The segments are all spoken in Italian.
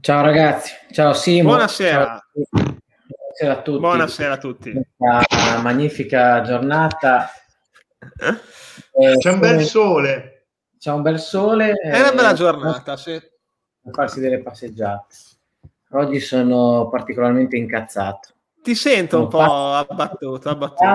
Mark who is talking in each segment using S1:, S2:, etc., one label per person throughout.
S1: Ciao ragazzi, ciao Simo.
S2: Buonasera.
S1: Buonasera a tutti.
S2: Buonasera a tutti.
S1: Una magnifica giornata.
S3: C'è un bel sole.
S1: C'è un bel sole.
S2: È una bella giornata, sì.
S1: Per farsi delle passeggiate. Oggi sono particolarmente incazzato.
S2: Ti sento un po' abbattuto.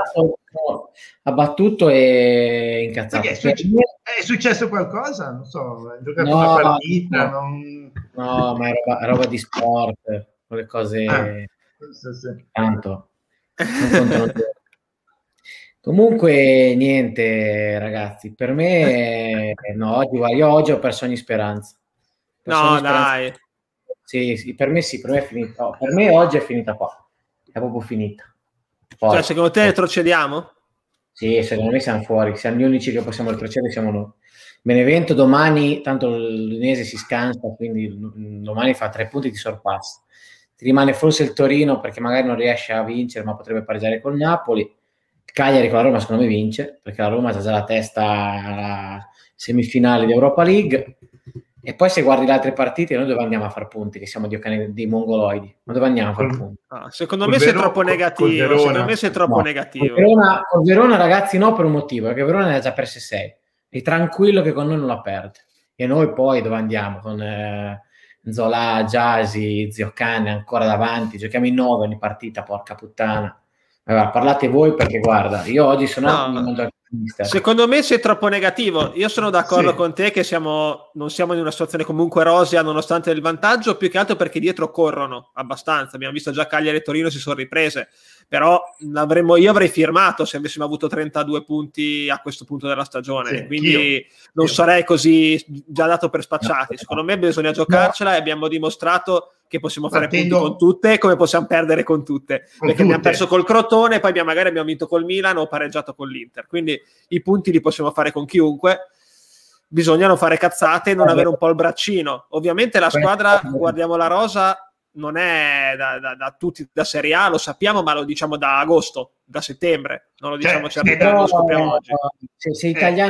S1: Abbattuto e incazzato.
S3: È successo qualcosa? Non so, hai giocato una partita?
S1: No, ma è roba di sport, quelle cose tanto. Non contano. Comunque niente ragazzi, per me no, io oggi ho perso ogni speranza.
S2: Dai.
S1: Sì, per me è finita. No, per me oggi è finita qua. È proprio finita. Poi,
S2: cioè, secondo te retrocediamo?
S1: Sì, secondo me siamo fuori. Siamo gli unici che possiamo retrocedere, siamo noi. Benevento domani, tanto l'Udinese si scansa, quindi domani fa 3 punti di sorpasso. Ti rimane forse il Torino perché magari non riesce a vincere, ma potrebbe pareggiare col Napoli. Il Cagliari con la Roma secondo me vince, perché la Roma ha già la testa alla semifinale di Europa League. E poi se guardi le altre partite, noi dove andiamo a far punti? Che siamo dei mongoloidi. Ma dove andiamo a far punti?
S2: Secondo me sei troppo negativo. Secondo me sei troppo negativo.
S1: Con Verona, ragazzi, no, per un motivo, perché Verona ne ha già perse 6. È tranquillo che con noi non la perde. E noi poi dove andiamo? Con Zola, Giasi, Zio Cane ancora davanti. Giochiamo in 9 ogni partita, porca puttana. Allora, parlate voi perché guarda, io oggi sono
S2: secondo me sei troppo negativo. Io sono d'accordo con te che non siamo in una situazione comunque rosea nonostante il vantaggio, più che altro perché dietro corrono abbastanza. Abbiamo visto già Cagliari e Torino si sono riprese, però io avrei firmato se avessimo avuto 32 punti a questo punto della stagione, quindi non sarei così già dato per spacciati. Secondo me bisogna giocarcela e abbiamo dimostrato che possiamo fare punti con tutte come possiamo perdere con tutte, perché abbiamo perso col Crotone, poi magari abbiamo vinto col Milan o pareggiato con l'Inter, quindi i punti li possiamo fare con chiunque. Bisogna non fare cazzate e non avere un po' il braccino. Ovviamente la squadra, guardiamo la rosa, non è da tutti da Serie A, lo sappiamo, ma lo diciamo da agosto, da settembre, non lo diciamo certamente, non lo scopriamo oggi.
S1: Se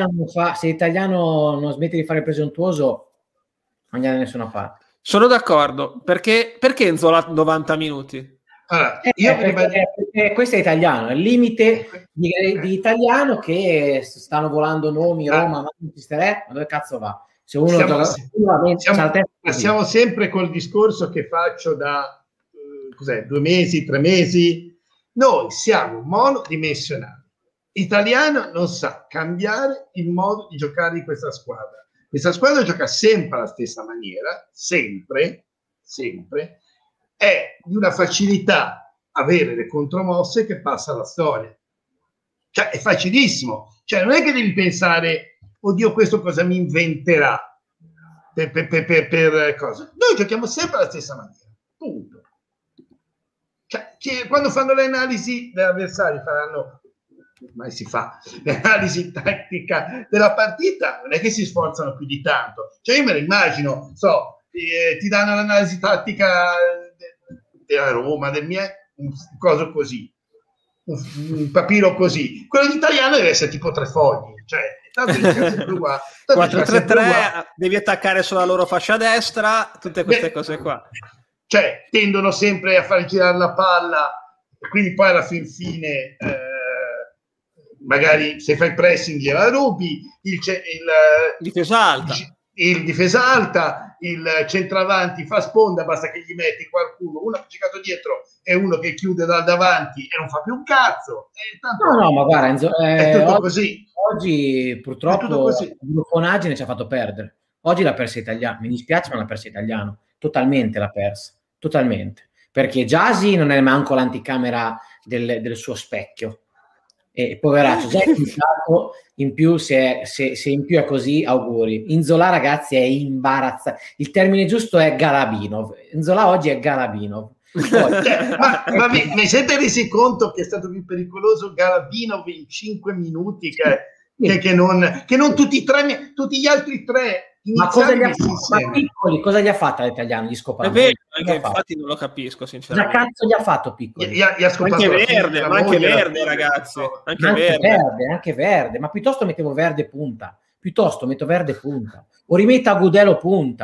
S1: Italiano non smette di fare presuntuoso, non andiamo da nessuna parte.
S2: Sono d'accordo, perché Nzola 90 minuti?
S1: Allora, perché questo è italiano, è il limite di italiano che stanno volando nomi, Roma, Manchester, ma dove cazzo va? Se uno
S3: siamo sempre col discorso che faccio da 2 mesi, 3 mesi. Noi siamo monodimensionali. Italiano non sa cambiare il modo di giocare di questa squadra. Questa squadra gioca sempre alla stessa maniera, sempre, è di una facilità avere le contromosse che passa alla storia. Cioè, è facilissimo. Cioè, non è che devi pensare, oddio, questo cosa mi inventerà per cosa. Noi giochiamo sempre alla stessa maniera, punto. Cioè, quando fanno le analisi degli avversari faranno... mai si fa l'analisi tattica della partita, non è che si sforzano più di tanto. Cioè io me lo immagino, ti danno l'analisi tattica della Roma, un coso così, un papiro così, quello di italiano deve essere tipo 3 fogli, cioè tanto
S2: 4-3-3, devi attaccare sulla loro fascia destra, tutte queste cose qua,
S3: cioè tendono sempre a far girare la palla e quindi poi alla fine magari se fai pressing gliela rubi, il difesa alta, il centravanti fa sponda, basta che gli metti qualcuno, uno che è giocato dietro e uno che chiude da davanti e non fa più un cazzo.
S1: No, ma guarda Enzo,
S3: è tutto così.
S1: Oggi purtroppo la bufonaggine ci ha fatto perdere. Oggi l'ha persa Italiano, mi dispiace ma l'ha persa Italiano, totalmente l'ha persa, totalmente, perché Giasi non è manco l'anticamera del suo specchio. Poveraccio, già in più se in più è così, auguri. Inzola ragazzi è imbarazzante, il termine giusto è Galabinov. Inzola oggi è Galabinov.
S3: ma mi siete resi conto che è stato più pericoloso Galabinov in 5 minuti che non tutti gli altri 3?
S1: Ma cosa gli ha fatto all'italiano? Gli scopano?
S2: È vero, infatti non lo capisco sinceramente.
S1: Cosa cazzo gli ha fatto Piccoli?
S3: Gli ha scopato
S2: anche verde ragazzi,
S1: anche verde, ma piuttosto mettevo verde punta, o rimetta Agudelo punta,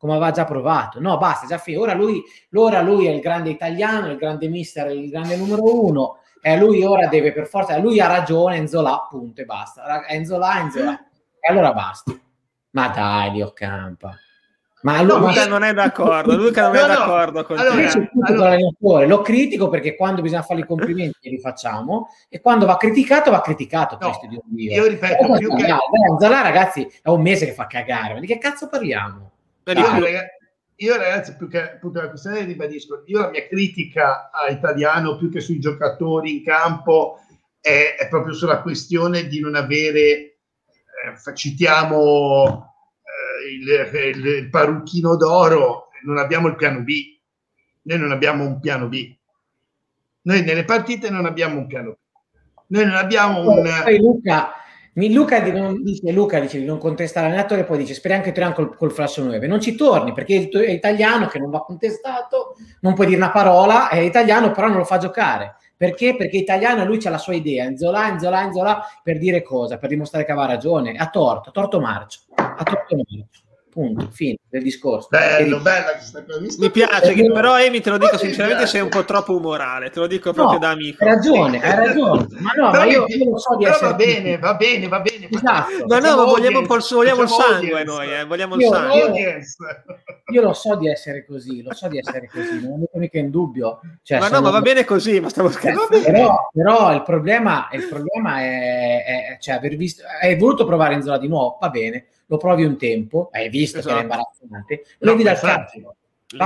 S1: come aveva già provato. No, basta, già finito. Ora lui è il grande italiano, il grande mister, il grande numero uno, e lui ora deve per forza, lui ha ragione, Nzola, punto e basta. Nzola. E allora basta. Ma dai, Dio Campa. Ma
S2: Luca non è d'accordo, Luca non è d'accordo con
S1: te. Lo critico perché quando bisogna fare i complimenti li facciamo, e quando va criticato. Cristo di Dio.
S3: Io ripeto,
S1: Nzola, ragazzi, è un mese che fa cagare, ma di che cazzo parliamo?
S3: Io ragazzi, più che appunto la questione, ribadisco, io la mia critica a Italiano, più che sui giocatori in campo, è proprio sulla questione di non avere, citiamo il parrucchino d'oro, non abbiamo il piano B. Noi non abbiamo un piano B. Noi nelle partite non abbiamo un piano B. Noi non abbiamo
S1: Luca dice di non contestare l'allenatore, poi dice speriamo che torniamo col flash 9. Non ci torni, perché è italiano che non va contestato, non puoi dire una parola, è italiano però non lo fa giocare. Perché? Perché italiano, lui c'ha la sua idea, Nzola, per dire cosa? Per dimostrare che aveva ragione. Ha torto Marcio. Punto, fine del discorso.
S3: Bella
S2: mi piace, però Emi, te lo dico sinceramente, sei un po' troppo umorale, te lo dico proprio da amico.
S1: Hai ragione. Ma no, ma io lo so di essere
S3: va bene.
S1: Esatto.
S2: Ma vogliamo il sangue noi, vogliamo il sangue.
S1: Io lo so di essere così, non lo metto mica in dubbio. Cioè,
S2: ma va bene così, ma stavo scherzando.
S1: Però il problema è cioè, aver visto, hai voluto provare Nzola di nuovo, va bene, lo provi un tempo, hai visto che era imbarazzante, lo levi dal cazzo.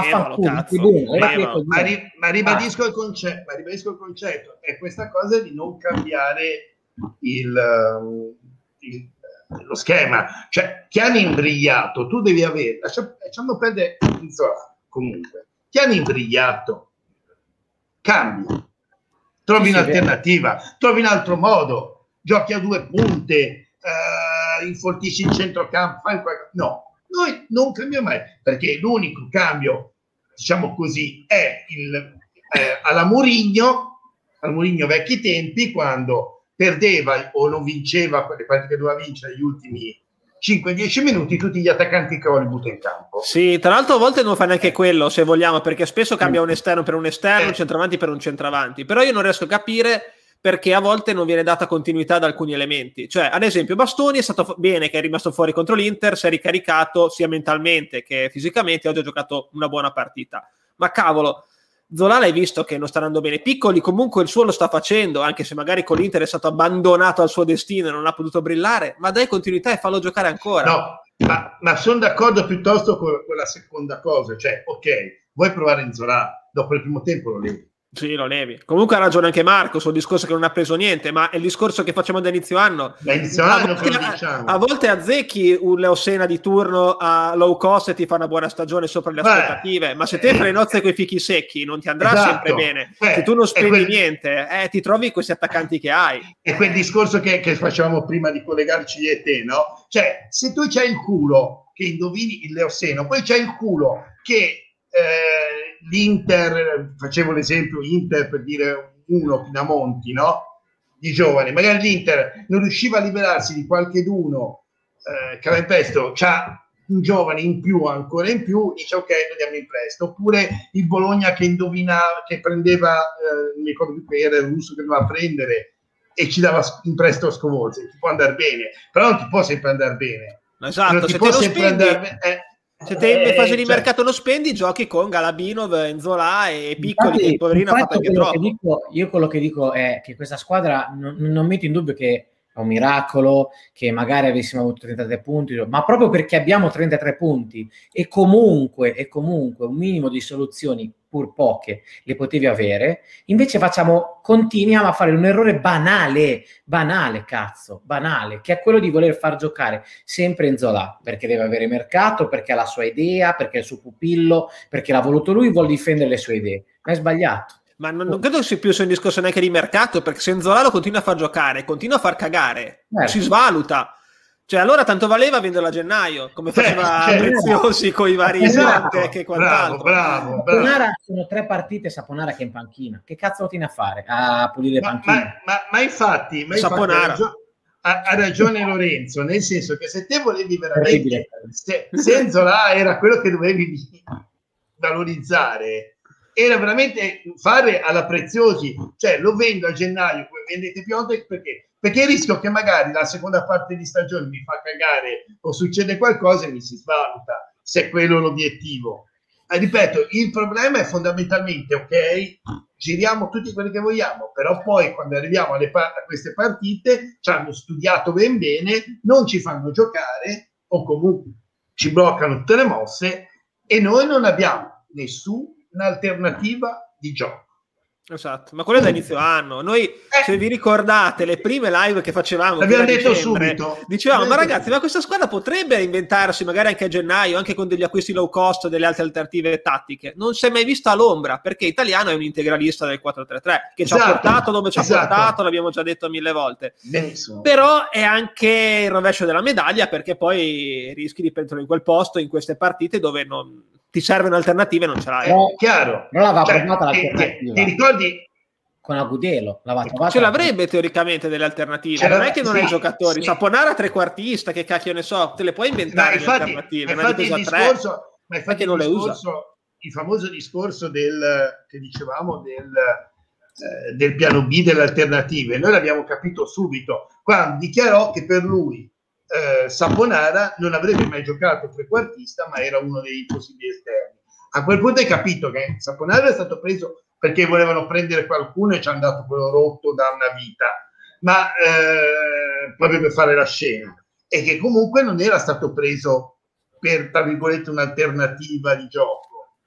S3: Ma ribadisco il concetto, è questa cosa di non cambiare lo schema, cioè ti hanno imbrigliato, tu devi avere, lasciamo perdere Nzola, comunque ti hanno imbrigliato, cambi, trovi un'alternativa, trovi un altro modo, giochi a 2 punte, infoltisci il centrocampo, no, noi non cambiamo mai, perché l'unico cambio, diciamo così, è alla Mourinho vecchi tempi, quando perdeva o non vinceva quelle partite che doveva vincere gli ultimi 5-10 minuti, tutti gli attaccanti che li butta in campo.
S2: Sì, tra l'altro a volte non fa neanche quello, se vogliamo, perché spesso cambia un esterno per un esterno, un centravanti per un centravanti, però io non riesco a capire perché a volte non viene data continuità ad alcuni elementi. Cioè, ad esempio, Bastoni è stato bene che è rimasto fuori contro l'Inter, si è ricaricato sia mentalmente che fisicamente, oggi ha giocato una buona partita. Ma cavolo, Nzola l'hai visto che non sta andando bene. Piccoli comunque il suo lo sta facendo, anche se magari con l'Inter è stato abbandonato al suo destino e non ha potuto brillare, ma dai continuità e fallo giocare ancora.
S3: No, ma sono d'accordo piuttosto con la seconda cosa, cioè, ok, vuoi provare Nzola, dopo il primo tempo lo levi.
S2: Sì, lo levi. Comunque ha ragione anche Marco sul discorso che non ha preso niente, ma è il discorso che facciamo da inizio anno. A volte azzecchi un Leosena di turno a low cost e ti fa una buona stagione sopra le aspettative, ma se te fai le nozze con i fichi secchi non ti andrà sempre bene. Se tu non spendi niente, ti trovi questi attaccanti che hai.
S3: È quel discorso che facevamo prima di collegarci io e te, no? Cioè, se tu c'hai il culo che indovini il Leoseno, poi c'hai il culo che l'Inter, facevo l'esempio Inter per dire uno, Pinamonti, no? Di giovane, magari l'Inter non riusciva a liberarsi di qualcheduno che aveva in prestito, c'ha un giovane in più, ancora in più, dice ok, lo diamo in prestito. Oppure il Bologna che indovinava, che prendeva, non mi ricordo più che era il russo che doveva prendere e ci dava in prestito Scomozzi. Ti può andare bene, però non ti può sempre andare bene.
S2: Esatto, se te lo spendi, se te in fase di mercato lo spendi, giochi con Galabinov, Nzola e Piccoli, che il poverino ha fatto anche troppo.
S1: Io quello che dico è che questa squadra non metto in dubbio che è un miracolo, che magari avessimo avuto 33 punti, ma proprio perché abbiamo 33 punti e comunque un minimo di soluzioni, pur poche, le potevi avere, invece continuiamo a fare un errore banale, che è quello di voler far giocare sempre Nzola, perché deve avere mercato, perché ha la sua idea, perché è il suo pupillo, perché l'ha voluto lui, vuole difendere le sue idee, ma è sbagliato.
S2: Ma non credo sia più un discorso neanche di mercato, perché se Nzola lo continua a far giocare, continua a far cagare, si svaluta. Cioè, allora tanto valeva venderlo a gennaio, come faceva Preziosi con i vari e quant'altro.
S3: Bravo.
S1: Saponara sono 3 partite, Saponara che è in panchina. Che cazzo lo tiene a fare? A pulire le panchine?
S3: Ma infatti
S2: Saponara
S3: ha ragione Lorenzo, nel senso che se te volevi veramente, se Zola era quello che dovevi valorizzare, era veramente fare alla Preziosi, cioè lo vendo a gennaio, poi vendete Piontek, perché il rischio che magari la seconda parte di stagione mi fa cagare o succede qualcosa e mi si svaluta, se quello è l'obiettivo. Ripeto, il problema è fondamentalmente, ok, giriamo tutti quelli che vogliamo, però poi quando arriviamo a queste partite ci hanno studiato ben bene, non ci fanno giocare o comunque ci bloccano tutte le mosse e noi non abbiamo un'alternativa di gioco.
S2: Esatto, ma quello è da inizio anno. Noi, se vi ricordate, le prime live che facevamo,
S3: l'abbiamo detto subito,
S2: dicevamo, ma ragazzi, ma questa squadra potrebbe inventarsi magari anche a gennaio, anche con degli acquisti low cost, delle altre alternative tattiche. Non si è mai vista all'ombra, perché Italiano è un integralista del 4-3-3, che ci ha portato dove ci ha portato, l'abbiamo già detto 1000 volte.
S3: Benissimo.
S2: Però è anche il rovescio della medaglia, perché poi rischi di prenderlo in quel posto, in queste partite dove non ti servono alternative, non ce l'hai.
S3: Chiaro.
S1: Non l'aveva provata l'alternativa.
S3: Ti ricordi?
S1: Con Agudelo l'aveva trovata.
S2: Ce l'avrebbe teoricamente delle alternative. Non è che non hai giocatori. Saponara trequartista, che cacchio ne so, te le puoi inventare le alternative.
S3: Infatti non le usa. Il famoso discorso che dicevamo del piano B delle alternative, noi l'abbiamo capito subito quando dichiarò che per lui Saponara non avrebbe mai giocato trequartista, ma era uno dei possibili esterni. A quel punto hai capito che Saponara è stato preso perché volevano prendere qualcuno e ci hanno dato quello rotto da una vita, ma proprio per fare la scena, e che comunque non era stato preso per, tra virgolette, un'alternativa di gioco.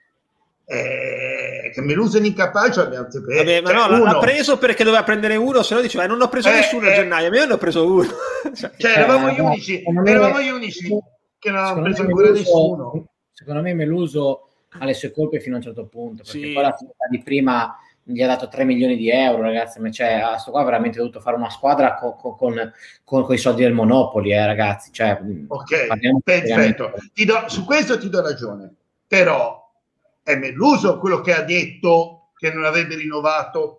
S3: Che Meluso è incapace, abbiamo preso.
S2: Vabbè, ma no, l'ha preso perché doveva prendere uno, se no diceva non ho preso nessuno a gennaio, ma io ne ho preso uno.
S3: Eravamo gli unici che non avevamo preso ancora nessuno.
S1: Secondo me Meluso ha le sue colpe fino a un certo punto, perché poi la società di prima gli ha dato 3 milioni di euro, ragazzi, ma a sto qua ha veramente dovuto fare una squadra con i soldi del Monopoli, ragazzi.
S3: Ok, perfetto. Su questo ti do ragione, però è Meluso quello che ha detto che non avrebbe rinnovato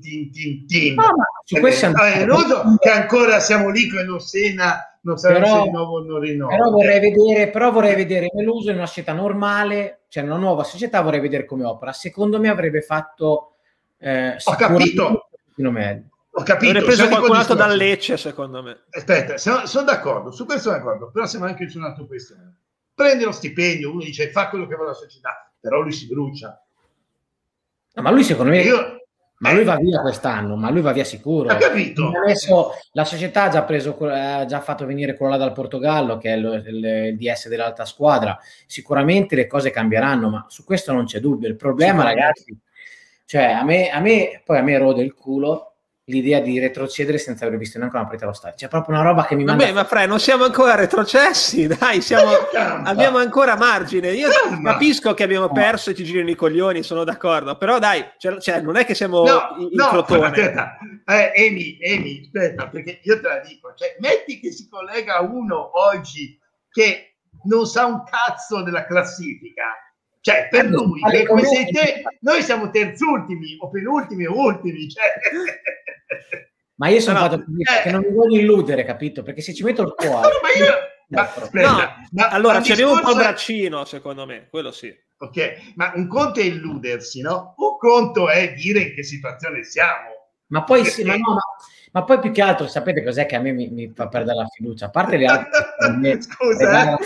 S3: Meluso che ancora siamo lì con Ossena, non sappiamo se rinnovo o non rinnovo.
S1: Però vorrei vedere Meluso in una società normale, cioè una nuova società, vorrei vedere come opera. Secondo me avrebbe fatto
S3: ho capito.
S2: Avrebbe preso qualcun altro dal Lecce, secondo me.
S3: Aspetta, sono d'accordo, su questo sono d'accordo, però siamo anche su un altro questione. Prende lo stipendio, uno dice fa quello che vuole la società, però lui si brucia.
S1: No, ma lui secondo me ma lui va via quest'anno, ma lui va via sicuro.
S3: Ha capito.
S1: Adesso la società ha già fatto venire quello là dal Portogallo, che è il DS dell'alta squadra. Sicuramente le cose cambieranno, ma su questo non c'è dubbio. Il problema, ragazzi, cioè a me rode il culo l'idea di retrocedere senza aver visto neanche una partita allo stadio. C'è proprio una roba che mi manda...
S2: Vabbè, ma Fre, non siamo ancora retrocessi, dai, abbiamo ancora margine. Io capisco che abbiamo perso e ci girano i coglioni, sono d'accordo, però dai, cioè, non è che siamo in crotone.
S3: Aspetta, Emi, aspetta, perché io te la dico, cioè, metti che si collega uno oggi che non sa un cazzo della classifica, cioè per lui, come sei te, noi siamo terzultimi o penultimi o ultimi, cioè...
S1: Ma io sono fatto che non mi voglio illudere, capito? Perché se ci metto il cuore...
S2: Allora ci abbiamo un po' il braccino, secondo me, quello sì.
S3: Ok, ma un conto è illudersi, no? Un conto è dire in che situazione siamo.
S1: Ma poi ma poi più che altro sapete cos'è che a me mi fa perdere la fiducia? A parte le altre...
S3: Scusa,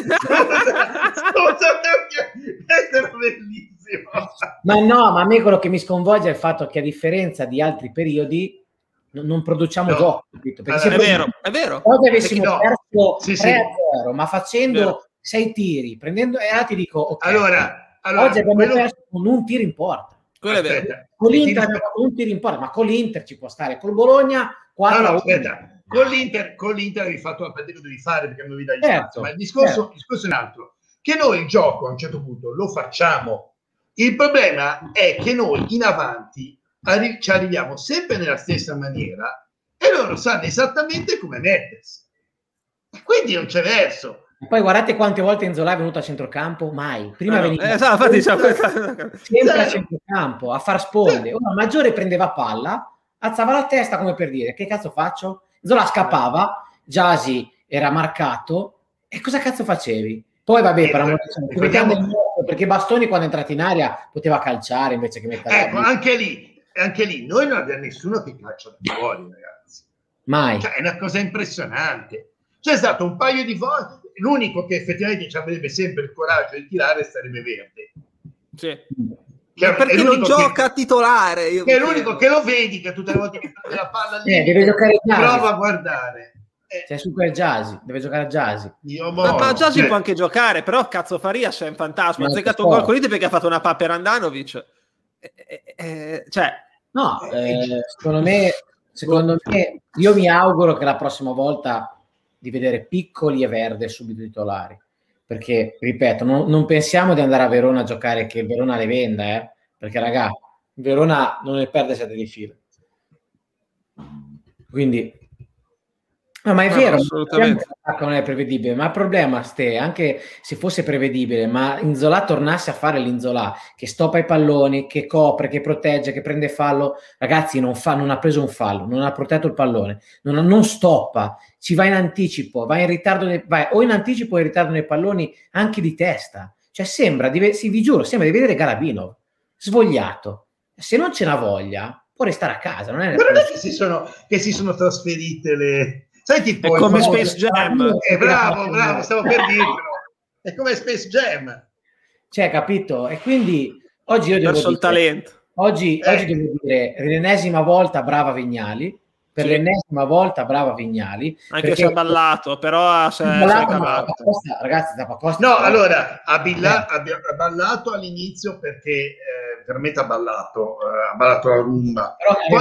S3: questo è bellissimo.
S1: Ma a me quello che mi sconvolge è il fatto che a differenza di altri periodi non produciamo gioco, capito? Perché
S2: è vero.
S1: Oggi avessimo perso 3-0, ma facendo 6 tiri, prendendo... ti dico, ok,
S3: allora
S1: oggi abbiamo perso con un tiro in porta.
S2: Quello è vero.
S1: Con l'Inter abbiamo un tiro in porta, ma con l'Inter ci può stare, col Bologna 4-1.
S3: Aspetta, con l'Inter avevi fatto la partita che dovevi fare perché non avevi dato spazio, ma il discorso è un altro, che noi il gioco a un certo punto lo facciamo, il problema è che noi in avanti ci arriviamo sempre nella stessa maniera e loro sanno esattamente come mettersi, quindi non c'è verso.
S1: E poi guardate quante volte Nzola è venuto a centrocampo, mai. Prima veniva sempre a centrocampo, a far sponde. Ora Maggiore prendeva palla, alzava la testa come per dire che cazzo faccio? Nzola scappava, Gyasi era marcato, e cosa cazzo facevi? Poi vabbè, perché Bastoni quando è entrato in area poteva calciare invece che mettere...
S3: Ecco, anche lì, noi non abbiamo nessuno che calcia da fuori, ragazzi.
S1: Mai.
S3: Cioè, è una cosa impressionante. C'è stato un paio di volte, l'unico che effettivamente ci avrebbe sempre il coraggio di tirare sarebbe Verde.
S2: Sì.
S4: Perché non gioca a titolare.
S3: Che è l'unico che lo vedi, che tutte le volte che prende la palla lì,
S1: deve giocare
S3: prova a guardare.
S1: C'è super Gyasi, deve giocare a Gyasi.
S2: Ma Gyasi può anche giocare, però cazzo Farias è un fantasma. Ha azzeccato un gol con l'Inter perché ha fatto una papera Andanovic. Cioè,
S1: no, secondo me, io mi auguro che la prossima volta di vedere Piccoli e Verde subito titolari, perché ripeto, non pensiamo di andare a Verona a giocare, che il Verona le venda, perché raga, Verona non ne perde 7 di fila, quindi no, ma è vero,
S2: assolutamente.
S1: Non è prevedibile, ma il problema anche se fosse prevedibile, ma Inzolà tornasse a fare l'Inzolà che stoppa i palloni, che copre, che protegge, che prende fallo, ragazzi, non ha preso un fallo, non ha protetto il pallone, non stoppa, ci va in anticipo, va in ritardo, vai o in anticipo o in ritardo nei palloni anche di testa, cioè vi giuro, sembra di vedere Galabinov svogliato. Se non ce n'ha voglia può restare a casa, non è
S3: che si sono trasferite le... Sai, tipo,
S2: è come Space Jam.
S3: Bravo, stavo per dirlo. È come Space Jam.
S1: Cioè, capito? E quindi oggi io devo
S2: dire, il talento.
S1: Oggi devo dire l'ennesima volta brava Vignali, per l'ennesima volta brava Vignali.
S2: Anche se ha ballato, però si è cavato.
S1: Ragazzi, Zappacosta...
S3: No, allora, ha ballato all'inizio perché veramente ha ballato la rumba.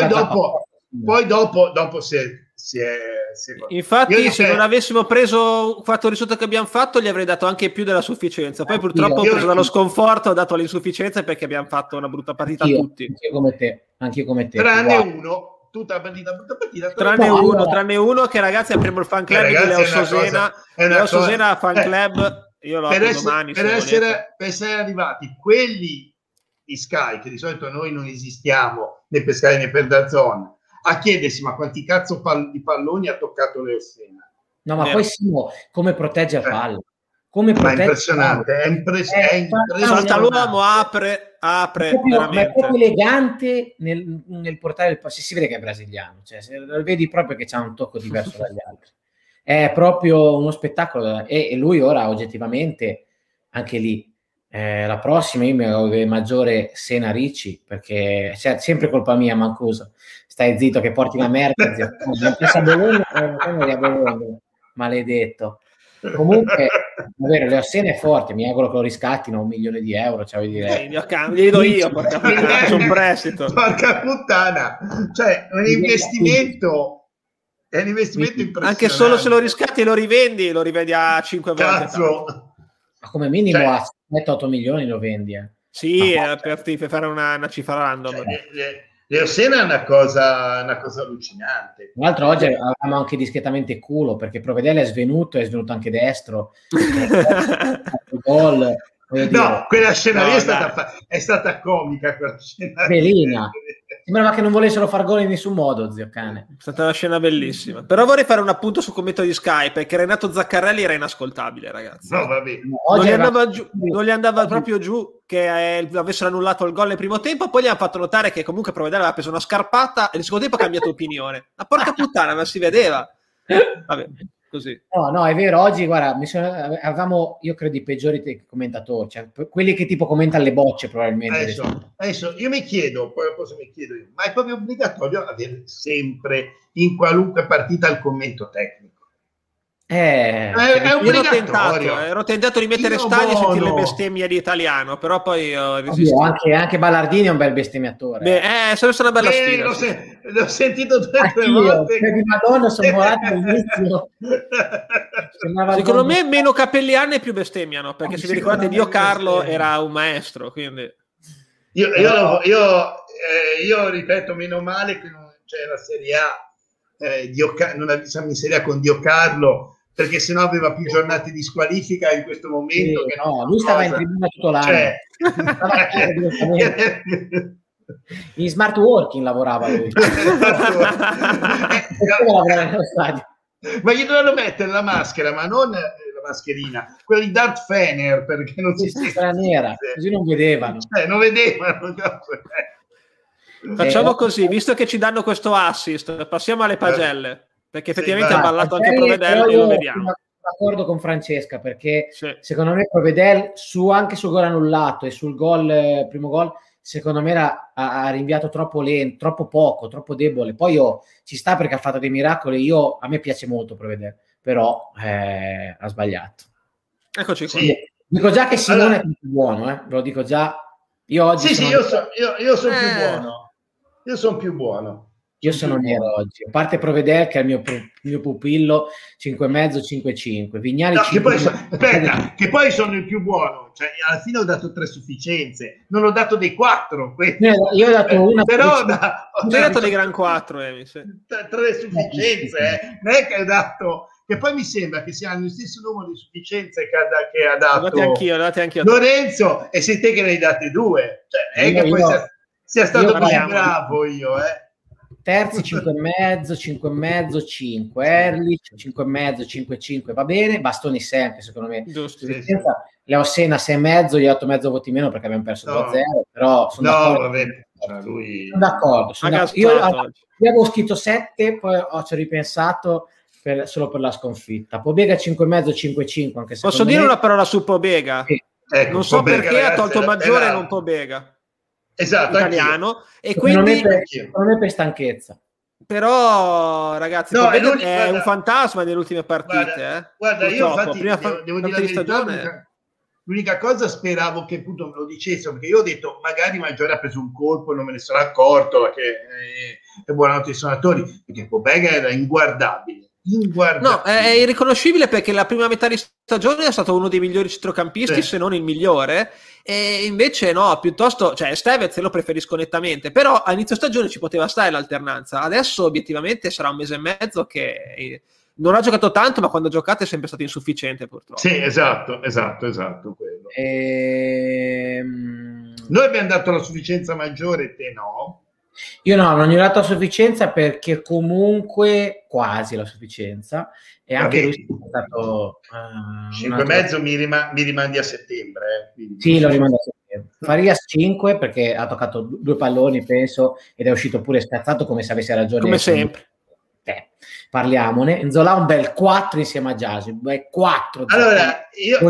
S3: Poi dopo si è
S2: infatti se non avessimo fatto il risultato che abbiamo fatto, gli avrei dato anche più della sufficienza. Poi purtroppo ho preso dallo sconforto, ho dato l'insufficienza perché abbiamo fatto una brutta partita tutti.
S1: Anch'io come te.
S3: Tranne uno, tutta la partita brutta partita.
S2: Tranne uno che ragazzi apriamo il fan club di Leo Sosena. Leo Sosena fan club. Io lo apro domani. Per
S3: essere arrivati quelli di Sky, che di solito noi non esistiamo né per Sky né per DAZN, a chiedersi ma quanti cazzo di palloni ha toccato Leo Sena.
S1: No, ma poi Simo come protegge il pallo,
S3: ma è impressionante, è impressionante.
S2: L'uomo apre
S1: ma è proprio elegante nel portare il pallo. Si vede che è brasiliano, cioè lo vedi proprio che c'ha un tocco diverso dagli altri, è proprio uno spettacolo. E lui ora oggettivamente anche lì la prossima io mi avevo maggiore Sena Ricci, perché sempre colpa mia, Mancuso, stai zitto che porti una merda, maledetto. Comunque è vero, Leo Sena è forte, mi auguro che lo riscattino 1 milione di euro, cioè vuol dire
S2: gli do io, porca puttana, un prestito,
S3: porca puttana, cioè un investimento, è un investimento impressionante,
S2: anche solo se lo riscatti e lo rivendi a 5 volte
S3: cazzo.
S1: Ma come minimo a 7-8 milioni lo vendi,
S2: sì, per fare una cifra random.
S3: Leo Sena è una cosa allucinante.
S1: Tra l'altro oggi avevamo anche discretamente culo, perché Provedele è svenuto anche destro. Gol,
S3: no, quella scena lì è stata comica, quella scena.
S1: Belina. Sembrava che non volessero far gol in nessun modo, zio cane.
S2: È stata una scena bellissima. Però vorrei fare un appunto sul commento di Sky, perché Renato Zaccarelli era inascoltabile, ragazzi.
S3: No, vabbè.
S2: Non gli andava proprio giù che avessero annullato il gol nel primo tempo, poi gli hanno fatto notare che comunque Provedere aveva preso una scarpata e nel secondo tempo ha cambiato opinione. Ma porca puttana, ma si vedeva. Vabbè, così.
S1: No, è vero, oggi guarda, avevamo, io credo, i peggiori commentatori, cioè quelli che tipo commentano le bocce probabilmente.
S3: Adesso io mi chiedo, ma è proprio obbligatorio avere sempre in qualunque partita il commento tecnico? È
S2: ero tentato di mettere Stagni e sentire le bestemmie di italiano, però poi ho resistito.
S1: Anche Ballardini è un bel bestemmiatore.
S2: Sarebbe una bella sfida.
S3: L'ho sentito 2 o 3 volte.
S1: Di Madonna, sono volato all'inizio.
S2: Secondo me meno capelliani e più bestemmiano, perché se vi ricordate Dio Carlo era un maestro, quindi
S3: io ripeto, meno male che non c'è la Serie A, non siamo in Serie A con Dio Carlo, perché sennò aveva più giornate di squalifica in questo momento.
S1: Sì, lui stava in tribuna tutto l'anno. In smart working lavorava lui.
S3: Ma gli dovevano mettere la maschera, ma non la mascherina, quella di Darth Fener, perché non si
S1: era nera, così non vedevano.
S3: Non vedevano.
S2: Facciamo così, visto che ci danno questo assist, passiamo alle pagelle, perché effettivamente ha ballato anche Provedel e lo vediamo.
S1: Sono d'accordo con Francesca, perché secondo me Provedel anche sul gol annullato e sul primo gol, secondo me ha rinviato troppo lento, troppo poco, troppo debole. Poi ci sta perché ha fatto dei miracoli. A me piace molto Provedel, però ha sbagliato.
S2: Eccoci qua.
S1: Sì. Dico già che Simone è più buono, ve lo dico già. Io oggi
S3: io sono più buono. Io sono più buono.
S1: Io sono nero oggi. A parte Provedel, che è il mio pupillo, 5,5, 5,5. Vignali,
S3: no, 5, che poi sono il più buono. Cioè, alla fine ho dato 3 sufficienze. Non ho dato dei 4.
S1: Io ho dato una.
S3: Però
S2: ho dato dei gran 4.
S3: 3 sufficienze. Non è che ho dato... Che poi mi sembra che siano lo stesso numero di sufficienze che ha dato
S2: anch'io.
S3: Lorenzo, e sei te che ne hai date 2. Cioè, è che poi sia stato così bravo io,
S1: Terzi 5,5, 5. Erlich 5,5, 5,5. Va bene. Bastoni sempre, secondo me.
S2: Giusto.
S1: Leo Senna 6,5, gli ho dato mezzo voti meno perché abbiamo perso 2-0. Però sono d'accordo.
S3: Vabbè. Sono
S1: d'accordo. Io avevo scritto 7, poi ci ho ripensato solo per la sconfitta. Pobega 5,5, 5,5. Anche
S2: posso dire una parola su Pobega?
S1: Sì.
S3: Ecco,
S2: non so
S3: Pobega,
S2: perché ha tolto Maggiore e non Pobega.
S3: Esatto,
S2: italiano, e
S1: secondo
S2: quindi
S1: me per stanchezza.
S2: Però ragazzi, è un fantasma nelle ultime partite.
S3: Guarda, io infatti devo dire la verità, l'unica cosa speravo che appunto me lo dicessero, perché io ho detto magari Maggiore ha preso un colpo e non me ne sono accorto, perché è buonanotte ai suonatori, perché Pobega era inguardabile.
S2: No, è irriconoscibile perché la prima metà di stagione è stato uno dei migliori centrocampisti, se non il migliore, e invece no, piuttosto, cioè Stevez lo preferisco nettamente, però a inizio stagione ci poteva stare l'alternanza. Adesso obiettivamente sarà un mese e mezzo che non ha giocato tanto, ma quando ha giocato è sempre stato insufficiente, purtroppo.
S3: Sì, esatto quello. Noi abbiamo dato la sufficienza Maggiore, te no?
S1: Io no, non gli ho dato la sufficienza perché comunque quasi la sufficienza, e anche lui è stato
S3: 5,5 mi rimandi a settembre.
S1: Sì, lo rimando a settembre. Farias 5 perché ha toccato 2 palloni, penso, ed è uscito pure scazzato, come se avesse ragione.
S2: Come sempre.
S1: Parliamone. Nzola un bel 4 insieme a Giasi, 4.
S3: Allora, io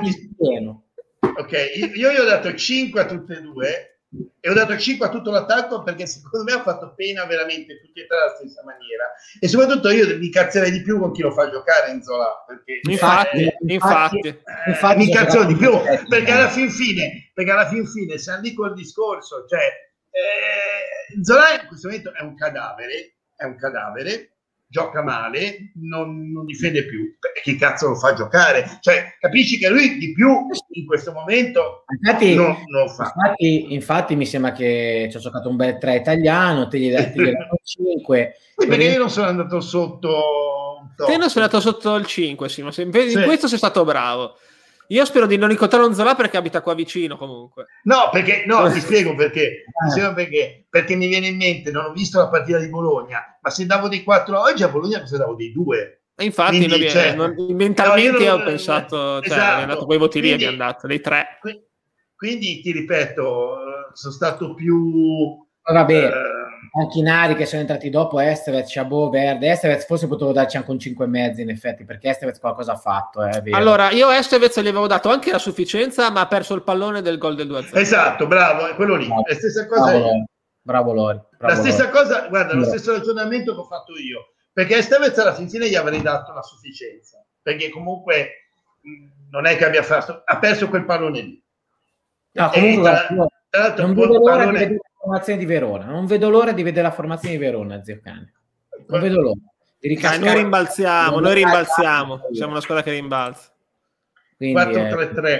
S3: gli ho dato 5 a tutte e 2 e ho dato 5 a tutto l'attacco, perché secondo me ha fatto pena veramente tutti e tre alla stessa maniera, e soprattutto io mi cazzerei di più con chi lo fa giocare Nzola, perché
S2: infatti
S3: mi cazzo di più, perché alla fin fine siamo lì col discorso, cioè Nzola in questo momento è un cadavere, gioca male, non difende più, chi cazzo lo fa giocare? Cioè, capisci che lui di più in questo momento non fa.
S1: Infatti mi sembra che ci ha giocato un bel 3 italiano, te gli hai dato 5.
S3: Perché io non sono andato sotto
S2: te non sei andato sotto il 5, sì, ma in questo sei stato bravo. Io spero di non incontrare Nzola perché abita qua vicino comunque.
S3: Ti spiego perché. Perché mi viene in mente, non ho visto la partita di Bologna, ma se davo dei 4 oggi a Bologna se davo dei 2.
S2: E infatti mentalmente ho pensato,
S3: esatto,
S2: è andato quei voti lì, abbiamo dato dei 3.
S3: Quindi ti ripeto, sono stato più...
S1: Vabbè, anche i Nari che sono entrati dopo, Estevez, Chabot, Verde. Estevez forse potevo darci anche un 5,5 in effetti, perché Estevez qualcosa ha fatto.
S2: Allora, io a Estevez gli avevo dato anche la sufficienza, ma ha perso il pallone del gol del 2-0.
S3: Esatto, bravo, è quello lì. La stessa cosa.
S1: Bravo Lori.
S3: Stessa cosa, guarda, lo stesso ragionamento che ho fatto io, perché Estevez alla fine gli avrei dato la sufficienza, perché comunque non è che ha perso quel pallone lì.
S1: No, comunque, non vedo l'ora di vedere la formazione di Verona. Non vedo l'ora di vedere la formazione di Verona, zio Cane. Non vedo l'ora.
S2: Noi rimbalziamo. Siamo una squadra che rimbalza.
S3: 4-3-3.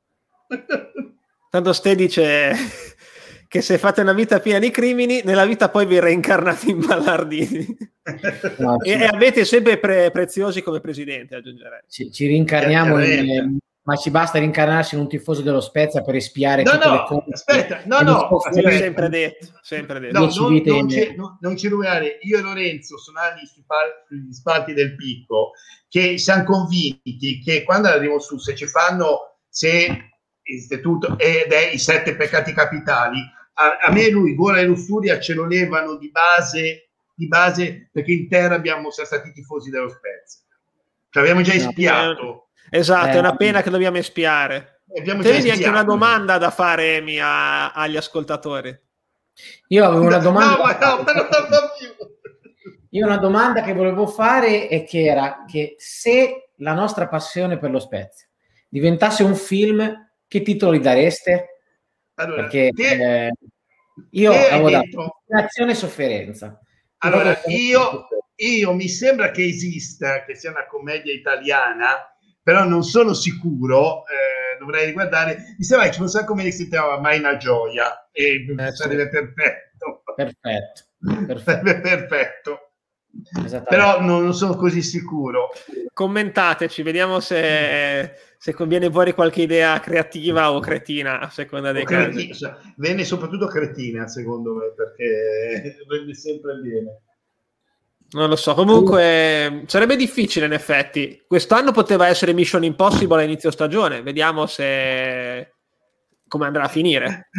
S2: Tanto Ste dice che se fate una vita piena di crimini, nella vita poi vi reincarnate in Ballardini. E avete sempre preziosi come presidente, aggiungerei.
S1: Ci rincarniamo in ma ci basta rincarnarsi in un tifoso dello Spezia per espiare
S3: No,
S1: tutte
S3: no,
S1: le cose.
S3: aspetta, no,
S1: e
S3: no,
S1: le sofferenze.
S3: aspetta.
S2: Sempre detto, sempre detto.
S3: No,
S1: Dieci vite
S3: non ci rovinare. Io e Lorenzo sono anni sugli spalti del Picco che siamo convinti che quando arriviamo su, se ci fanno istituto ed è i 7 peccati capitali, a me lui, Gola e Lussuria ce lo levano di base perché in terra siamo stati tifosi dello Spezia. Ci abbiamo già espiato.
S2: Esatto, è una pena che dobbiamo espiare. Tenevi anche una domanda da fare, Emi, agli ascoltatori.
S1: Io avevo una domanda.
S3: No, ma no, però non fa più.
S1: Io una domanda che volevo fare e che era che se la nostra passione per lo Spezia diventasse un film, che titoli dareste?
S3: Allora,
S1: perché io avevo dato azione e sofferenza.
S3: Allora, io mi sembra che esista, che sia una commedia italiana, però non sono sicuro, dovrei riguardare. Mi sembra che ci fosse una commedia che si chiamava Mai una gioia e sarebbe perfetto. Sarebbe perfetto. Però non sono così sicuro.
S2: Commentateci, vediamo se viene fuori qualche idea creativa o cretina a seconda dei casi.
S3: Viene soprattutto cretina, secondo me, perché rende sempre bene.
S2: Non lo so, comunque sarebbe difficile in effetti. Quest'anno poteva essere Mission Impossible a inizio stagione, vediamo come andrà a finire.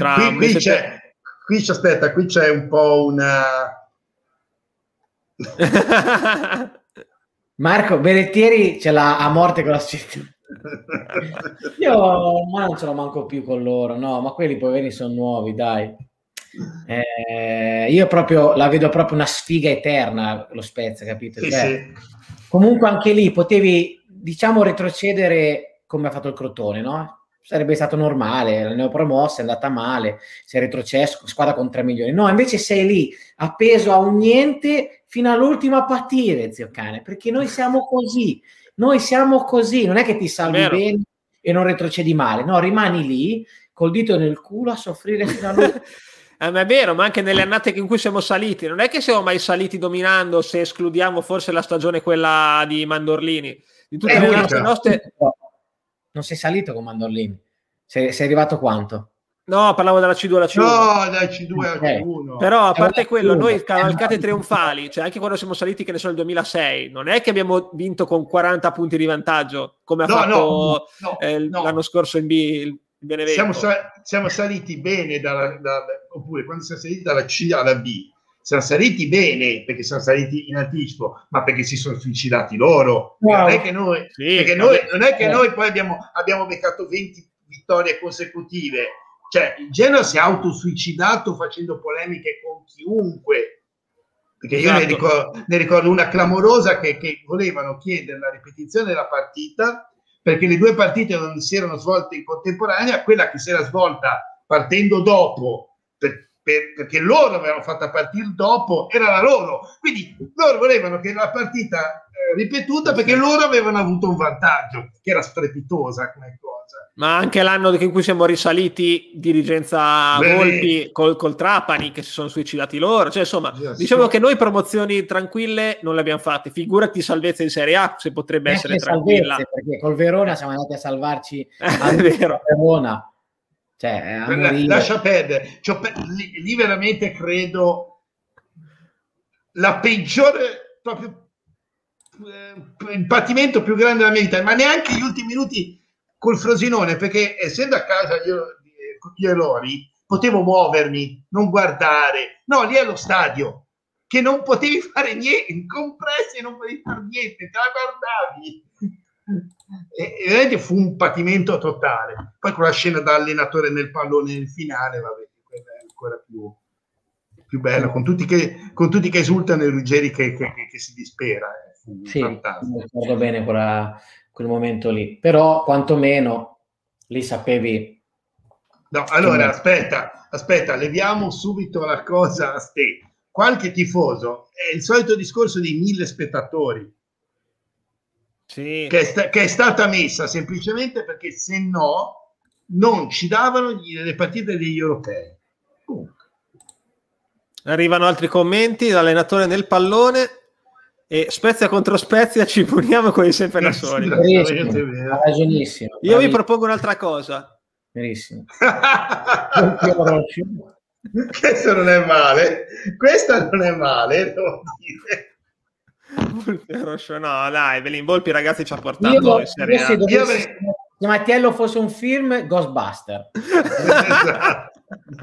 S3: Qui c'è un po' una...
S1: Marco Berettieri ce l'ha a morte con la città. Io non ce lo manco più con loro, no, ma quelli poveri sono nuovi, dai. Io proprio la vedo proprio una sfiga eterna lo Spezia, capito?
S3: Sì.
S1: Comunque anche lì potevi, diciamo, retrocedere come ha fatto il Crotone, no? Sarebbe stato normale, la neopromossa è andata male, si è retrocesso, squadra con 3 milioni. No, invece sei lì appeso a un niente fino all'ultimo a patire, zio cane, perché noi siamo così, non è che ti salvi bene e non retrocedi male, no, rimani lì col dito nel culo a soffrire fino all'ultimo.
S2: Ma è vero, ma anche nelle annate in cui siamo saliti, non è che siamo mai saliti dominando, se escludiamo forse la stagione quella di Mandorlini, di tutte le altre nostre...
S1: Non sei salito con Mandorlini, sei arrivato quanto?
S2: No, parlavo dalla C2 alla C1.
S3: No, dalla C2 alla C1.
S2: Però a parte quello, noi cavalcate trionfali, cioè anche quando siamo saliti, che ne so, nel 2006, non è che abbiamo vinto con 40 punti di vantaggio, come ha fatto l'anno scorso in B il Benevento.
S3: Siamo saliti bene oppure quando siamo saliti dalla C alla B, siamo saliti bene perché siamo saliti in anticipo, ma perché si sono suicidati loro. Wow. Non è che noi poi abbiamo beccato 20 vittorie consecutive. Cioè, il Genoa si è autosuicidato facendo polemiche con chiunque, perché io ne ricordo una clamorosa che volevano chiedere la ripetizione della partita perché le due partite non si erano svolte in contemporanea, quella che si era svolta partendo dopo perché loro avevano fatto partire dopo era la loro, quindi loro volevano che la partita ripetuta perché loro avevano avuto un vantaggio che era strepitosa come cosa.
S2: Ma anche l'anno in cui siamo risaliti dirigenza Volpi col Trapani, che si sono suicidati loro, cioè insomma diciamo che noi promozioni tranquille non le abbiamo fatte, figurati salvezza in Serie A se potrebbe essere tranquilla,
S1: perché col Verona siamo andati a salvarci
S2: è vero.
S1: Verona. Cioè,
S3: lascia perdere, lì veramente credo la peggiore proprio il patimento più grande della mia vita, ma neanche gli ultimi minuti col Frosinone, perché essendo a casa io e Lori potevo muovermi, non guardare, no, lì allo stadio che non potevi fare niente, in compressi non potevi fare niente, te la guardavi. E veramente fu un patimento totale. Poi con la scena da allenatore nel pallone nel finale, vabbè, quella è ancora più bella, con tutti che esultano e Ruggeri che si dispera.
S1: Sì, mi ricordo bene quel momento lì, però quantomeno lì sapevi.
S3: No, allora aspetta, leviamo subito la cosa a ste. Qualche tifoso è il solito discorso dei 1000 spettatori.
S2: Sì.
S3: Che è stata messa semplicemente perché se no non ci davano le partite degli europei.
S2: Arrivano altri commenti. L'allenatore nel pallone E Spezia contro Spezia ci puniamo come sempre da soli.
S1: Ragionissimo.
S2: Io vi propongo un'altra cosa.
S1: Verissimo.
S3: Questo non è male. Questa non è male, devo dire.
S2: No, dai, Belin Volpi ragazzi ci ha portato in Serie A.
S1: Se Mattiello fosse un film, Ghostbuster.
S3: Esatto.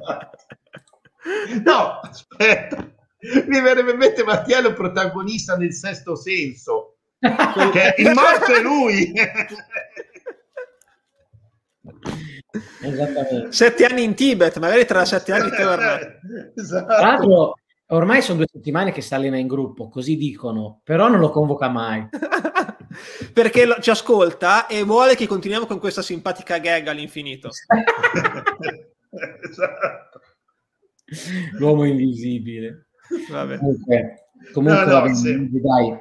S3: No, aspetta. Mi verrebbe in mente Mattiello protagonista nel Sesto Senso. Perché il morto è lui.
S1: Esattamente.
S2: 7 anni in Tibet, magari tra 7 anni torna.
S3: Esatto.
S1: Tra l'altro, ormai sono 2 settimane che si allena in gruppo, così dicono, però non lo convoca mai.
S2: Perché ci ascolta e vuole che continuiamo con questa simpatica gag all'infinito.
S3: Esatto.
S1: L'uomo invisibile.
S2: Vabbè.
S1: Comunque
S3: No,
S1: vabbè,
S3: sì.
S1: dai.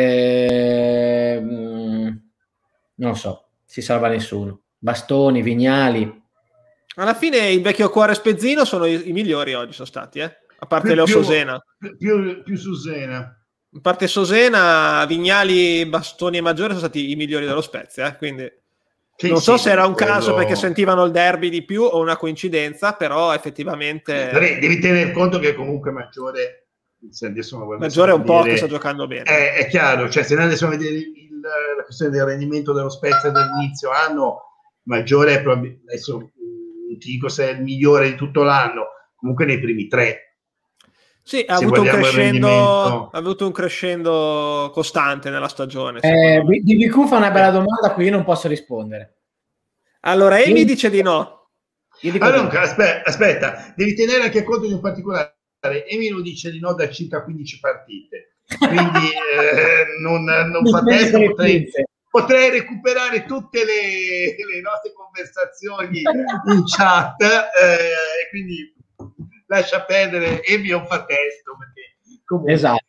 S1: Non so, si salva nessuno. Bastoni, Vignali.
S2: Alla fine il vecchio cuore spezzino sono i migliori oggi, sono stati, a parte Leo Sosena.
S3: Più Sosena.
S2: A parte Sosena, Vignali, Bastoni e Maggiore sono stati i migliori dello Spezia, quindi
S3: Sì,
S2: non so
S3: sì,
S2: se era un
S3: quello...
S2: caso perché sentivano il derby di più o una coincidenza, però effettivamente
S3: devi tener conto che comunque Maggiore
S2: è un po' che sta giocando bene.
S3: È chiaro, cioè se noi adesso a vedere la questione del rendimento dello Spezia dall'inizio anno, Maggiore è adesso non ti dico se è il migliore di tutto l'anno, comunque nei primi 3.
S2: Sì, ha avuto un crescendo costante nella stagione.
S1: DBQ fa una bella domanda a cui io non posso rispondere.
S2: Allora, Emi dice di no.
S3: Allora, aspetta, devi tenere anche conto di un particolare. Emi lo dice di no da circa 15 partite, quindi non fa testa. Potrei recuperare tutte le nostre conversazioni in chat, e quindi lascia perdere, Emi non fa testo perché comunque...
S1: Esatto.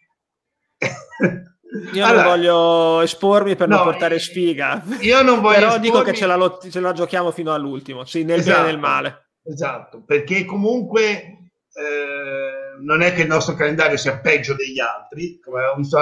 S2: Io non voglio espormi per non portare sfiga.
S3: Io non voglio
S2: però
S3: espormi...
S2: dico che ce la giochiamo fino all'ultimo, sì, nel bene e nel male.
S3: Esatto, perché comunque non è che il nostro calendario sia peggio degli altri, come abbiamo visto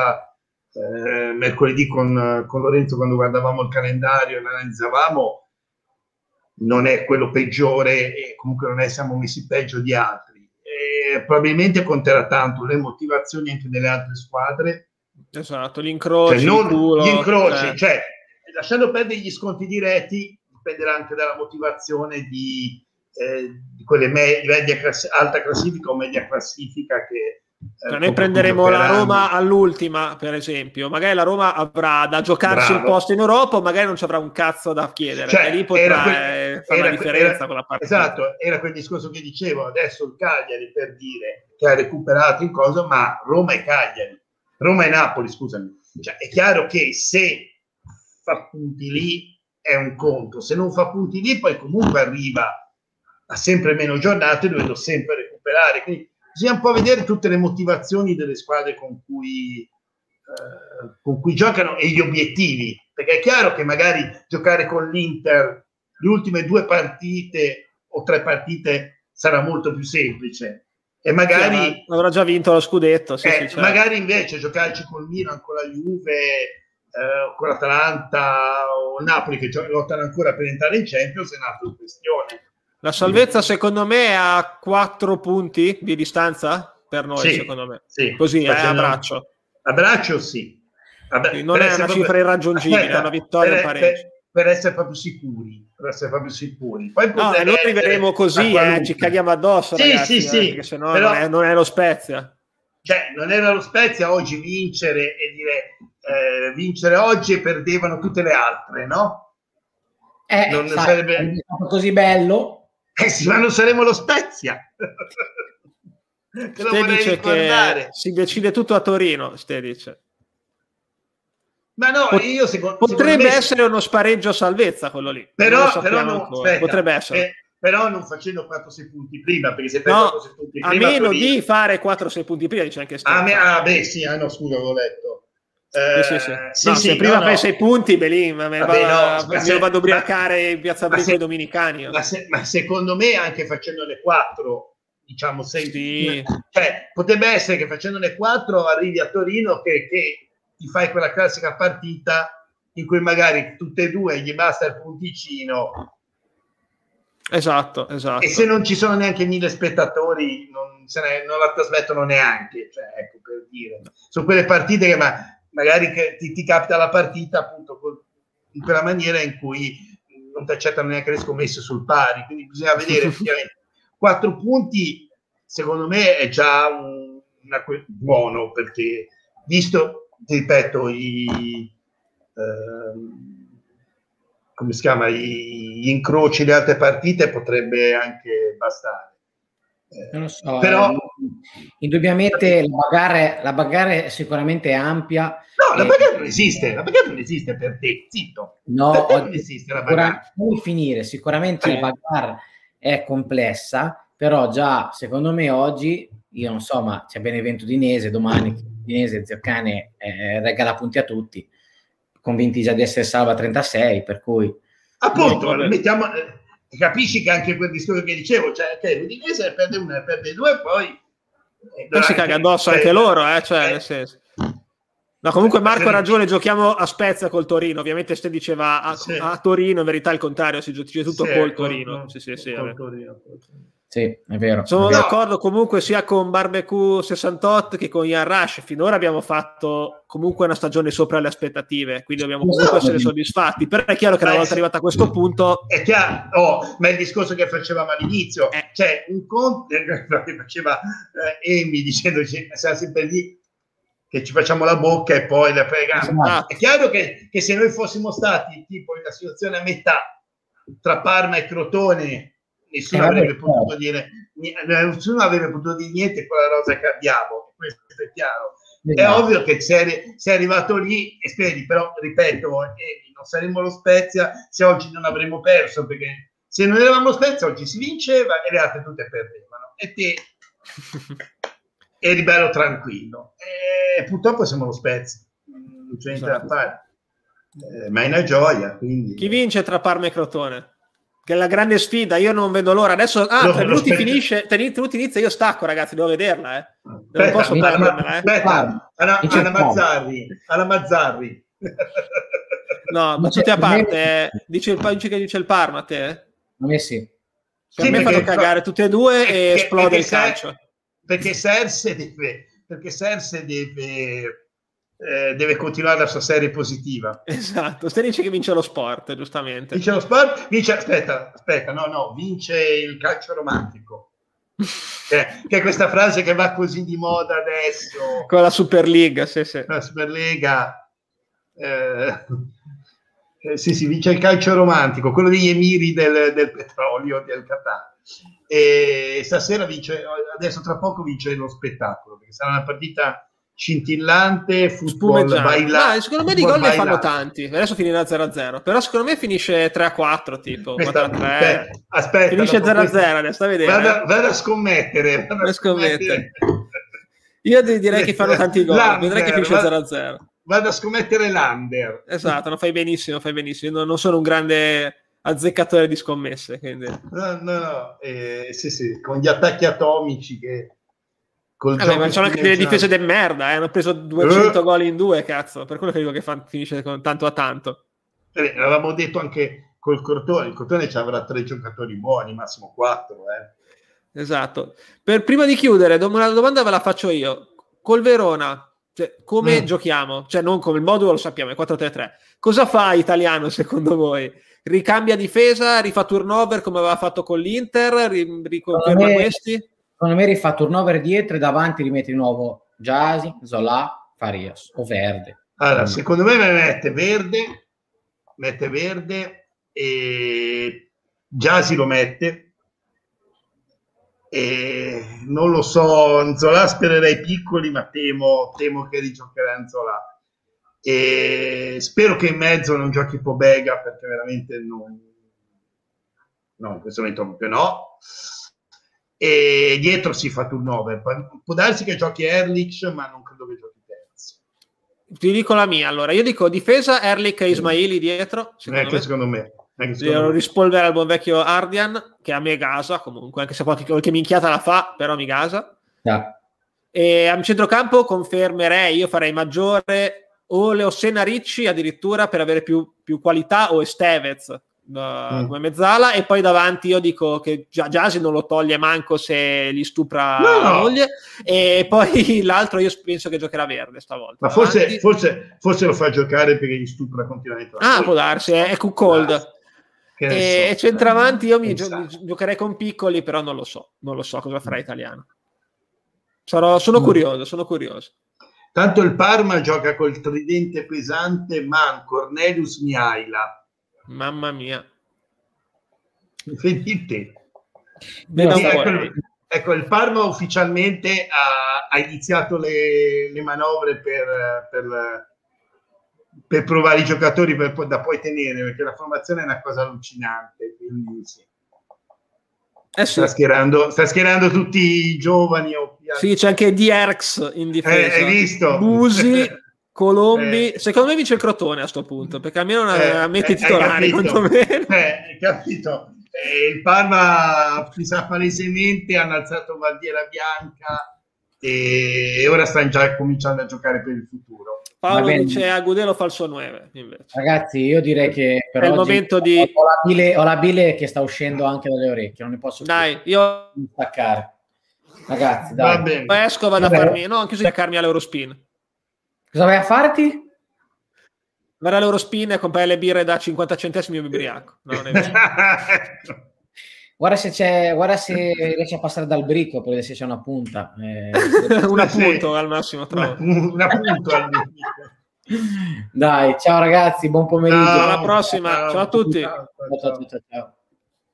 S3: mercoledì con Lorenzo quando guardavamo il calendario e lo analizzavamo, non è quello peggiore e comunque non siamo messi peggio di altri. E probabilmente conterà tanto le motivazioni anche delle altre squadre.
S2: Esatto, gli incroci,
S3: gli incroci, cioè lasciando perdere gli sconti diretti, dipenderà anche dalla motivazione di quelle alta classifica o media classifica che
S2: noi prenderemo la Roma all'ultima, per esempio. Magari la Roma avrà da giocarsi il posto in Europa, magari non ci avrà un cazzo da chiedere, e lì potrà fare la differenza con la partita.
S3: Esatto, era quel discorso che dicevo adesso, il Cagliari, per dire che ha recuperato in cosa, ma Roma e Napoli, scusami, cioè, è chiaro che se fa punti lì è un conto, se non fa punti lì poi comunque arriva a sempre meno giornate dovendo sempre recuperare, quindi bisogna un po' vedere tutte le motivazioni delle squadre con cui giocano e gli obiettivi, perché è chiaro che magari giocare con l'Inter le ultime 2 partite o 3 partite sarà molto più semplice e magari
S2: avrà già vinto lo scudetto, certo.
S3: Magari invece giocarci col Milan, con la Juve, con l'Atalanta o il Napoli che lottano ancora per entrare in Champions è un'altra questione.
S2: La salvezza secondo me è a 4 punti di distanza per noi, secondo me.
S3: Sì,
S2: così, a braccio.
S3: Sì.
S2: Non è una cifra irraggiungibile, è una vittoria pareggio.
S3: Per essere proprio sicuri. Poi
S2: noi arriveremo così, ci caghiamo addosso, ragazzi,
S3: sì.
S2: Perché sennò però, non è lo Spezia.
S3: Cioè, non era lo Spezia oggi vincere e dire vincere oggi e perdevano tutte le altre, no?
S1: Non sarebbe così bello.
S3: Sì, ma non saremo lo Spezia.
S2: Ste dice che si decide tutto a Torino, Ste dice.
S3: Ma no,
S2: potrebbe essere uno spareggio salvezza quello lì.
S3: Però
S2: potrebbe essere.
S3: Però non facendo 4-6 punti prima, perché se fai 4-6 punti prima...
S2: A meno di fare 4-6 punti prima, dice anche Ste.
S3: Scusa, avevo letto.
S2: Se prima fai 6 punti, Belin, me vado a ubriacare in Piazza Brico i dominicani.
S3: Ma secondo me anche facendo le 4 diciamo,
S2: Sì.
S3: cioè, potrebbe essere che facendone 4 arrivi a Torino che ti fai quella classica partita in cui magari tutte e due gli basta il punticino.
S2: Esatto.
S3: E se non ci sono neanche 1000 spettatori non la trasmettono neanche, cioè, ecco, per dire, sono quelle partite che magari che ti capita la partita appunto in quella maniera in cui non ti accettano neanche le scommesse sul pari, quindi bisogna vedere effettivamente. 4 punti secondo me è già buono, perché visto, ti ripeto, come si chiama, gli incroci delle altre partite, potrebbe anche bastare.
S1: Non lo so,
S3: però
S1: indubbiamente la bagarre è sicuramente ampia.
S3: No, la bagarre non esiste per te, zitto.
S1: No,
S3: per te non esiste la bagarre.
S1: Non finire, sicuramente la bagarre è complessa, però già secondo me oggi, io non so, ma c'è Benevento Udinese, domani Udinese, Zercane regala punti a tutti, convinti già di essere salva 36, per cui
S3: appunto mettiamo, capisci che anche quel discorso che dicevo, cioè che l'Udinese perde una e perde due, poi
S2: si caga addosso anche loro, cioè nel senso. No, comunque Marco ha ragione, giochiamo a Spezia col Torino, ovviamente Ste diceva a Torino, in verità è il contrario, si gioca tutto col Torino.
S1: Sì, è vero.
S2: Sono d'accordo comunque sia con Barbecue 68 che con Ian Rush. Finora abbiamo fatto comunque una stagione sopra le aspettative, quindi dobbiamo comunque essere soddisfatti. Però è chiaro che una volta arrivato a questo punto
S3: è chiaro, ma il discorso che facevamo all'inizio, cioè un conto che faceva Amy dicendo siamo sempre lì che ci facciamo la bocca e poi la preghiamo. Esatto. È chiaro che se noi fossimo stati tipo in una situazione a metà tra Parma e Crotone, nessuno avrebbe potuto dire niente con la rosa che abbiamo, questo è chiaro. È ovvio che sei arrivato lì e speri, però ripeto, non saremmo lo Spezia se oggi non avremmo perso, perché se non eravamo Spezia oggi si vinceva e le altre tutte perdevano e te eri bello tranquillo, e purtroppo siamo lo Spezia, non c'è niente da fare, ma è una gioia. Quindi
S2: chi vince tra Parma e Crotone? Che è la grande sfida, io non vedo l'ora. Adesso 3 minuti finisce, 3 minuti inizia, io stacco ragazzi, devo vederla, non posso perdermela.
S3: Aspetta, alla Mazzarri.
S2: No, ma tutti a parte, dice il Parma a te?
S1: A me sì.
S2: Per me fanno cagare tutte e due e esplode il calcio.
S3: Perché Serse deve continuare la sua serie positiva.
S2: Esatto, Ste dice che vince lo sport, giustamente.
S3: Vince lo sport, aspetta, vince il calcio romantico. che è questa frase che va così di moda adesso.
S2: Con la Superliga, sì.
S3: La Superliga. Sì, vince il calcio romantico, quello degli emiri del petrolio, del Qatar. E stasera adesso tra poco vince lo spettacolo, perché sarà una partita scintillante, football
S2: bailante. Secondo me di gol ne fanno tanti. Adesso finirà 0-0, però secondo me finisce 3-4 tipo 4-3.
S3: Aspetta,
S2: finisce 0-0 adesso, a vedere.
S3: Vado a scommettere.
S2: Io direi che fanno tanti gol, vedrai che finisce 0-0.
S3: Vado a scommettere l'under.
S2: Esatto, no, fai benissimo. Io non sono un grande azzeccatore di scommesse, quindi.
S3: No. Sì, con gli attacchi atomici che
S2: ma sono anche delle difese de merda, hanno preso 200 gol in 2, cazzo, per quello che dico che finisce con tanto a tanto.
S3: Avevamo detto anche col Crotone, il Crotone ci avrà 3 giocatori buoni, massimo 4.
S2: Esatto. Prima di chiudere, una domanda ve la faccio io. Col Verona, cioè, come giochiamo? Cioè non come il modulo lo sappiamo, è 4-3-3. Cosa fa Italiano secondo voi? Ricambia difesa, rifà turnover come aveva fatto con l'Inter, riconferma questi?
S1: Secondo me rifà turnover dietro e davanti rimette di nuovo Gyasi, Zola, Farias o Verde.
S3: Allora, secondo me mette Verde e Gyasi lo mette, e non lo so, Zola spererei piccoli, ma temo che rigiocherà Zola, e spero che in mezzo non giochi Pobega, perché veramente no, in questo momento proprio no. E dietro si fa turnover, può darsi che giochi Erlich, ma non credo che giochi terzi.
S2: Ti dico la mia, allora io dico difesa Erlich e Ismaili dietro, secondo
S3: me.
S2: Io rispolvere al buon vecchio Ardian, che a me gasa comunque, anche se qualche minchiata la fa, però mi gasa. E a centrocampo confermerei, io farei Maggiore o Leossena Ricci addirittura per avere più qualità, o Estevez come mezzala, e poi davanti io dico che Gyasi non lo toglie manco se gli stupra la moglie, e poi l'altro io penso che giocherà Verde stavolta.
S3: Ma forse lo fa giocare perché gli stupra continuamente.
S2: Può darsi, è cold. E centravanti io mi giocherei con Piccoli, però non lo so cosa farà Italiano. Sono curioso.
S3: Tanto il Parma gioca col tridente pesante Man, Cornelius, Mihaila.
S2: Mamma mia.
S3: Sentite.
S2: Ecco,
S3: il Parma ufficialmente ha iniziato le manovre per provare i giocatori da poi tenere, perché la formazione è una cosa allucinante, quindi sì. Sta schierando tutti i giovani.
S2: Sì, c'è anche Dierks in difesa.
S3: Hai visto?
S2: Busi, Colombi. Secondo me vince il Crotone a sto punto, perché almeno mette i titolari.
S3: Capito? Il Parma palesemente hanno alzato bandiera bianca e ora stanno già cominciando a giocare per il futuro.
S2: Paolo dice Agudelo falso 9 invece.
S1: Ragazzi, io direi che per
S2: è il momento di
S1: ho la bile che sta uscendo anche dalle orecchie, non ne posso
S2: io
S1: staccare. Ragazzi, dai.
S3: Va bene.
S2: Poi esco, vado a farmi anche se staccarmi all'Eurospin.
S1: Cosa vai a farti?
S2: Vado all'Eurospin e comprare le birre da 50 centesimi e mi ubriaco. No, non è vero.
S1: Guarda se riesci a passare dal bricco per vedere se c'è una punta.
S2: Un appunto al massimo.
S3: Un appunto al massimo.
S1: Dai, ciao ragazzi, buon pomeriggio.
S2: Alla prossima. Ciao a tutti.
S1: Ciao.